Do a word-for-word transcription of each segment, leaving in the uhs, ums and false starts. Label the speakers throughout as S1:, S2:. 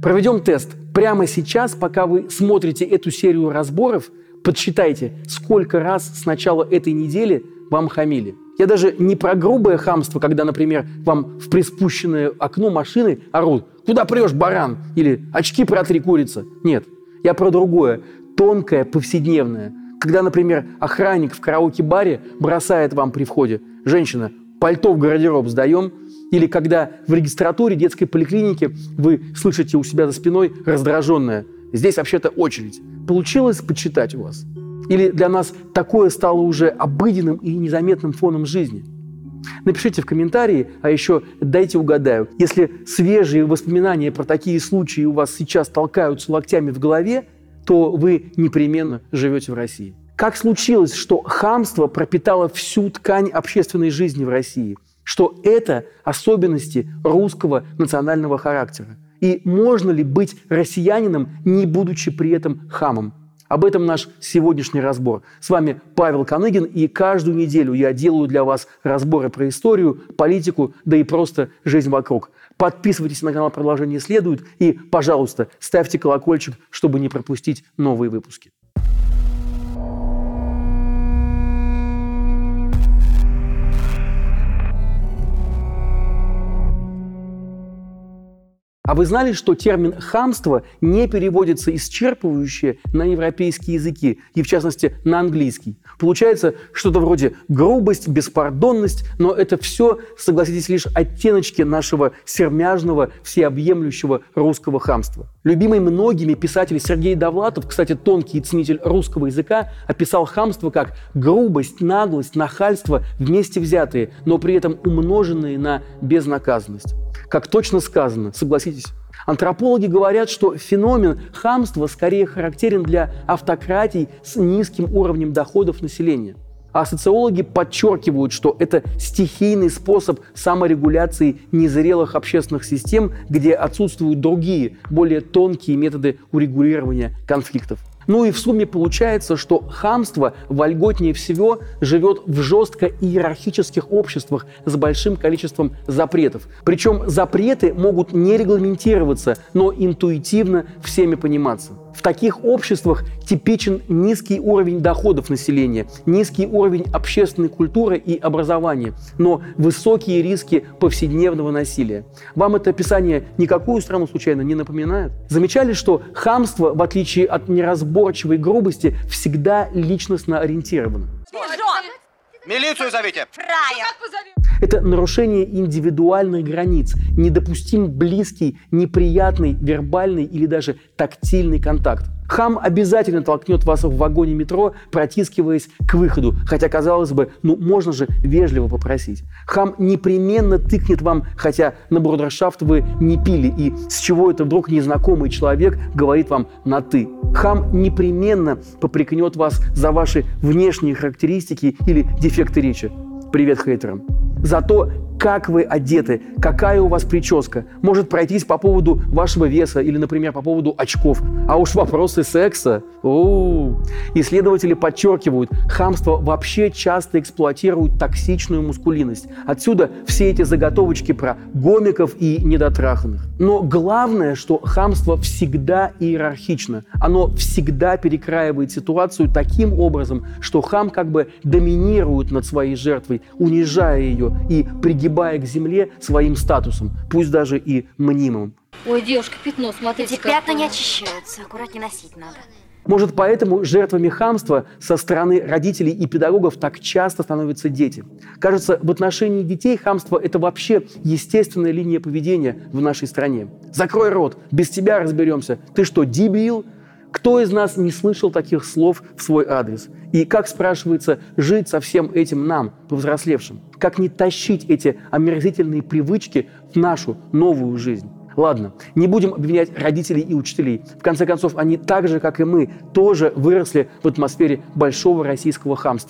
S1: Проведем тест. Прямо сейчас, пока вы смотрите эту серию разборов, подсчитайте, сколько раз с начала этой недели вам хамили. Я даже не про грубое хамство, когда, например, вам в приспущенное окно машины орут: «Куда прешь, баран?» или «Очки протри, курица». Нет, я про другое, тонкое, повседневное. Когда, например, охранник в караоке-баре бросает вам при входе: «Женщина, пальто в гардероб сдаем». Или когда в регистратуре детской поликлиники вы слышите у себя за спиной раздраженное: «Здесь вообще-то очередь». Получилось почитать у вас? Или для нас такое стало уже обыденным и незаметным фоном жизни? Напишите в комментарии, а еще дайте угадаю. Если свежие воспоминания про такие случаи у вас сейчас толкаются локтями в голове, то вы непременно живете в России. Как случилось, что хамство пропитало всю ткань общественной жизни в России? Что это особенности русского национального характера? И можно ли быть россиянином, не будучи при этом хамом? Об этом наш сегодняшний разбор. С вами Павел Коныгин, и каждую неделю я делаю для вас разборы про историю, политику, да и просто жизнь вокруг. Подписывайтесь на канал «Продолжение следует» и, пожалуйста, ставьте колокольчик, чтобы не пропустить новые выпуски. А вы знали, что термин «хамство» не переводится исчерпывающе на европейские языки, и в частности на английский? Получается что-то вроде грубость, беспардонность, но это все, согласитесь, лишь оттеночки нашего сермяжного, всеобъемлющего русского хамства. Любимый многими писатель Сергей Довлатов, кстати, тонкий ценитель русского языка, описал хамство как грубость, наглость, нахальство вместе взятые, но при этом умноженные на безнаказанность. Как точно сказано, согласитесь. Антропологи говорят, что феномен хамства скорее характерен для автократий с низким уровнем доходов населения. А социологи подчеркивают, что это стихийный способ саморегуляции незрелых общественных систем, где отсутствуют другие, более тонкие методы урегулирования конфликтов. Ну и в сумме получается, что хамство вольготнее всего живет в жестко иерархических обществах с большим количеством запретов. Причем запреты могут не регламентироваться, но интуитивно всеми пониматься. В таких обществах типичен низкий уровень доходов населения, низкий уровень общественной культуры и образования, но высокие риски повседневного насилия. Вам это описание никакую страну случайно не напоминает? Замечали, что хамство, в отличие от неразборчивой грубости, всегда личностно ориентировано?
S2: Милицию зовите!
S1: Это нарушение индивидуальных границ, недопустим близкий, неприятный, вербальный или даже тактильный контакт. Хам обязательно толкнет вас в вагоне метро, протискиваясь к выходу, хотя, казалось бы, ну можно же вежливо попросить. Хам непременно тыкнет вам, хотя на брудершафт вы не пили, и с чего это вдруг незнакомый человек говорит вам на «ты». Хам непременно попрекнет вас за ваши внешние характеристики или дефекты речи. Привет хейтерам. За то, как вы одеты, какая у вас прическа, может пройтись по поводу вашего веса или, например, по поводу очков. А уж вопросы секса. О-о-о. Исследователи подчеркивают, хамство вообще часто эксплуатирует токсичную мускулинность. Отсюда все эти заготовочки про гомиков и недотраханных. Но главное, что хамство всегда иерархично. Оно всегда перекраивает ситуацию таким образом, что хам как бы доминирует над своей жертвой, унижая ее и пригибая к земле своим статусом, пусть даже и мнимым.
S3: Ой, девушка, пятно, смотрите.
S4: Эти пятна не очищаются, аккуратнее носить надо.
S1: Может, поэтому жертвами хамства со стороны родителей и педагогов так часто становятся дети. Кажется, в отношении детей хамство – это вообще естественная линия поведения в нашей стране. «Закрой рот, без тебя разберемся. Ты что, дебил?» Кто из нас не слышал таких слов в свой адрес? И как, спрашивается, жить со всем этим нам, повзрослевшим? Как не тащить эти омерзительные привычки в нашу новую жизнь? Ладно, не будем обвинять родителей и учителей. В конце концов, они так же, как и мы, тоже выросли в атмосфере большого российского хамства.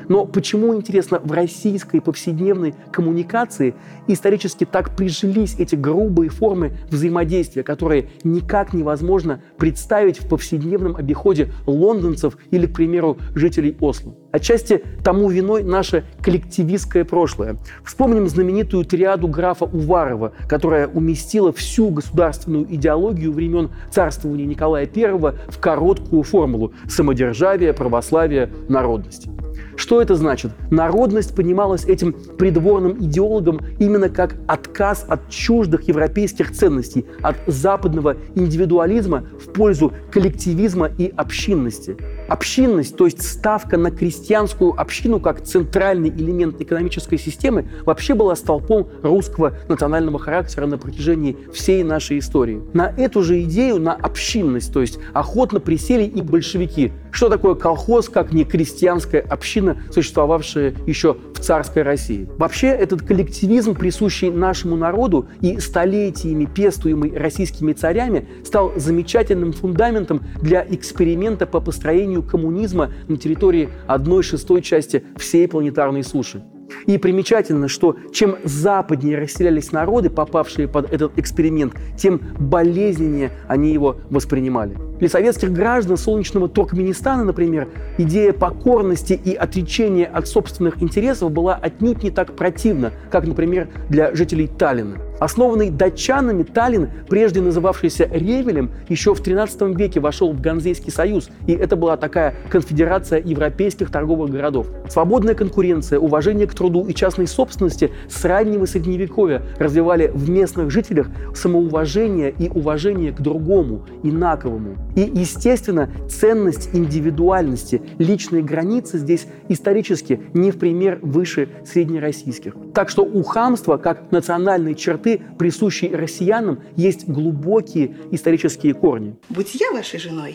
S1: Но почему, интересно, в российской повседневной коммуникации исторически так прижились эти грубые формы взаимодействия, которые никак невозможно представить в повседневном обиходе лондонцев или, к примеру, жителей Осло? Отчасти тому виной наше коллективистское прошлое. Вспомним знаменитую триаду графа Уварова, которая уместила всю государственную идеологию времен царствования Николая Первого в короткую формулу – самодержавие, православие, народность. Что это значит? Народность понималась этим придворным идеологом именно как отказ от чуждых европейских ценностей, от западного индивидуализма в пользу коллективизма и общинности. Общинность, то есть ставка на крестьянскую общину как центральный элемент экономической системы, вообще была столпом русского национального характера на протяжении всей нашей истории. На эту же идею, на общинность, то есть охотно присели и большевики. Что такое колхоз, как не крестьянская община, существовавшая еще в царской России? Вообще, этот коллективизм, присущий нашему народу и столетиями пестуемый российскими царями, стал замечательным фундаментом для эксперимента по построению коммунизма на территории одной шестой части всей планетарной суши. И примечательно, что чем западнее расселялись народы, попавшие под этот эксперимент, тем болезненнее они его воспринимали. Для советских граждан солнечного Туркменистана, например, идея покорности и отречения от собственных интересов была отнюдь не так противна, как, например, для жителей Таллина. Основанный датчанами, Таллин, прежде называвшийся Ревелем, еще в тринадцатом веке вошел в Ганзейский союз, и это была такая конфедерация европейских торговых городов. Свободная конкуренция, уважение к труду и частной собственности с раннего Средневековья развивали в местных жителях самоуважение и уважение к другому, инаковому. И, естественно, ценность индивидуальности, личные границы здесь исторически не в пример выше среднероссийских. Так что у хамства, как национальной черты, присущей россиянам, есть глубокие исторические корни.
S3: Будь я вашей женой,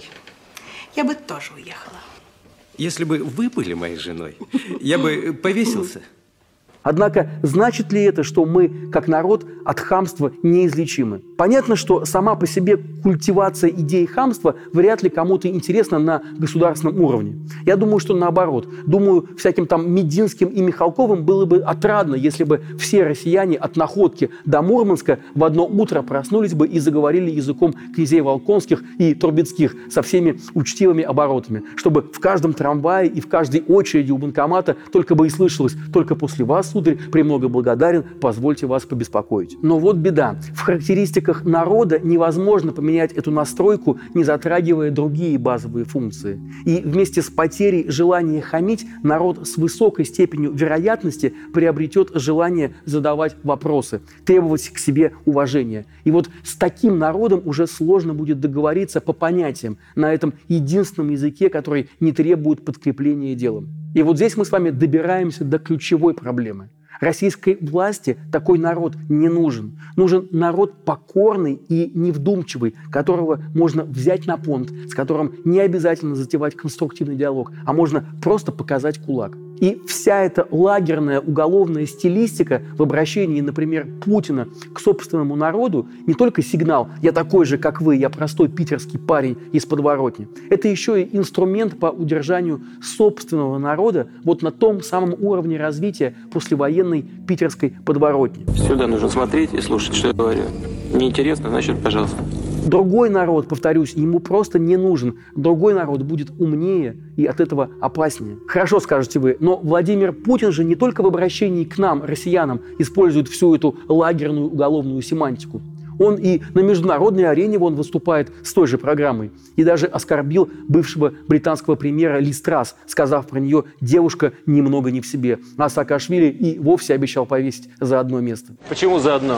S3: я бы тоже уехала.
S5: Если бы вы были моей женой, я бы повесился.
S1: Однако, значит ли это, что мы, как народ, от хамства неизлечимы? Понятно, что сама по себе культивация идеи хамства вряд ли кому-то интересна на государственном уровне. Я думаю, что наоборот. Думаю, всяким там Мединским и Михалковым было бы отрадно, если бы все россияне от Находки до Мурманска в одно утро проснулись бы и заговорили языком князей Волконских и Трубецких со всеми учтивыми оборотами, чтобы в каждом трамвае и в каждой очереди у банкомата только бы и слышалось: «Только после вас, сударь, премного благодарен, позвольте вас побеспокоить». Но вот беда. В характеристиках народа невозможно поменять эту настройку, не затрагивая другие базовые функции. И вместе с потерей желания хамить, народ с высокой степенью вероятности приобретет желание задавать вопросы, требовать к себе уважения. И вот с таким народом уже сложно будет договориться по понятиям на этом единственном языке, который не требует подкрепления делом. И вот здесь мы с вами добираемся до ключевой проблемы. Российской власти такой народ не нужен. Нужен народ покорный и невдумчивый, которого можно взять на понт, с которым не обязательно затевать конструктивный диалог, а можно просто показать кулак. И вся эта лагерная уголовная стилистика в обращении, например, Путина к собственному народу не только сигнал «я такой же, как вы, я простой питерский парень из подворотни». Это еще и инструмент по удержанию собственного народа вот на том самом уровне развития послевоенной питерской подворотни.
S6: Сюда нужно смотреть и слушать, что я говорю. Неинтересно, значит, пожалуйста.
S1: Другой народ, повторюсь, ему просто не нужен. Другой народ будет умнее и от этого опаснее. Хорошо, скажете вы, но Владимир Путин же не только в обращении к нам, россиянам, использует всю эту лагерную уголовную семантику. Он и на международной арене вон выступает с той же программой. И даже оскорбил бывшего британского премьера Ли Страс, сказав про нее «девушка немного не в себе». А Саакашвили и вовсе обещал повесить за одно место.
S6: Почему за одно?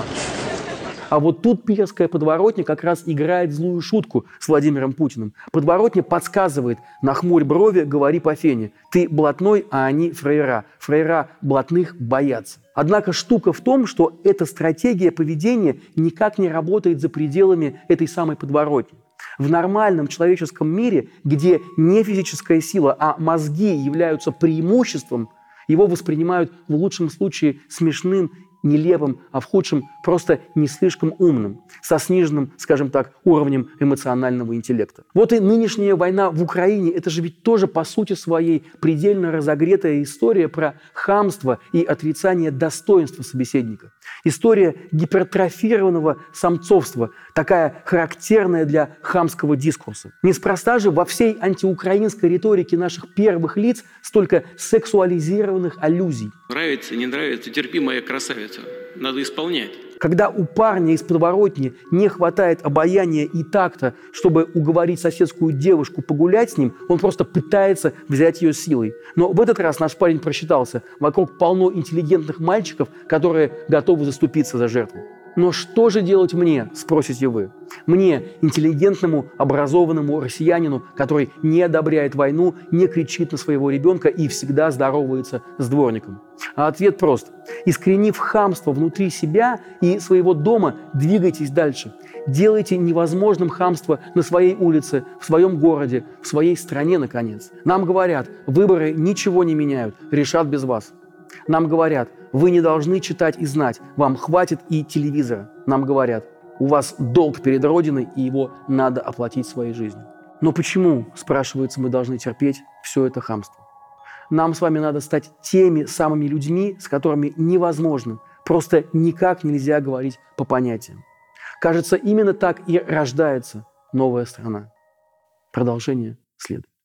S1: А вот тут питерская подворотня как раз играет злую шутку с Владимиром Путиным. Подворотня подсказывает: нахмурь брови, говори по фене. Ты блатной, а они фраера. Фраера блатных боятся. Однако штука в том, что эта стратегия поведения никак не работает за пределами этой самой подворотни. В нормальном человеческом мире, где не физическая сила, а мозги являются преимуществом, его воспринимают в лучшем случае смешным, нелепым, а в худшем просто не слишком умным, со сниженным, скажем так, уровнем эмоционального интеллекта. Вот и нынешняя война в Украине – это же ведь тоже по сути своей предельно разогретая история про хамство и отрицание достоинства собеседника. История гипертрофированного самцовства, такая характерная для хамского дискурса. Неспроста же во всей антиукраинской риторике наших первых лиц столько сексуализированных аллюзий.
S6: Нравится, не нравится, терпи, моя красавица. Надо исполнять.
S1: Когда у парня из подворотни не хватает обаяния и такта, чтобы уговорить соседскую девушку погулять с ним, он просто пытается взять ее силой. Но в этот раз наш парень просчитался. Вокруг полно интеллигентных мальчиков, которые готовы заступиться за жертву. Но что же делать мне, спросите вы? Мне, интеллигентному, образованному россиянину, который не одобряет войну, не кричит на своего ребенка и всегда здоровается с дворником. А ответ прост. Искоренив хамство внутри себя и своего дома, двигайтесь дальше. Делайте невозможным хамство на своей улице, в своем городе, в своей стране, наконец. Нам говорят, выборы ничего не меняют, решат без вас. Нам говорят, вы не должны читать и знать, вам хватит и телевизора. Нам говорят, у вас долг перед Родиной, и его надо оплатить своей жизнью. Но почему, спрашивается, мы должны терпеть все это хамство? Нам с вами надо стать теми самыми людьми, с которыми невозможно, просто никак нельзя говорить по понятиям. Кажется, именно так и рождается новая страна. Продолжение следует.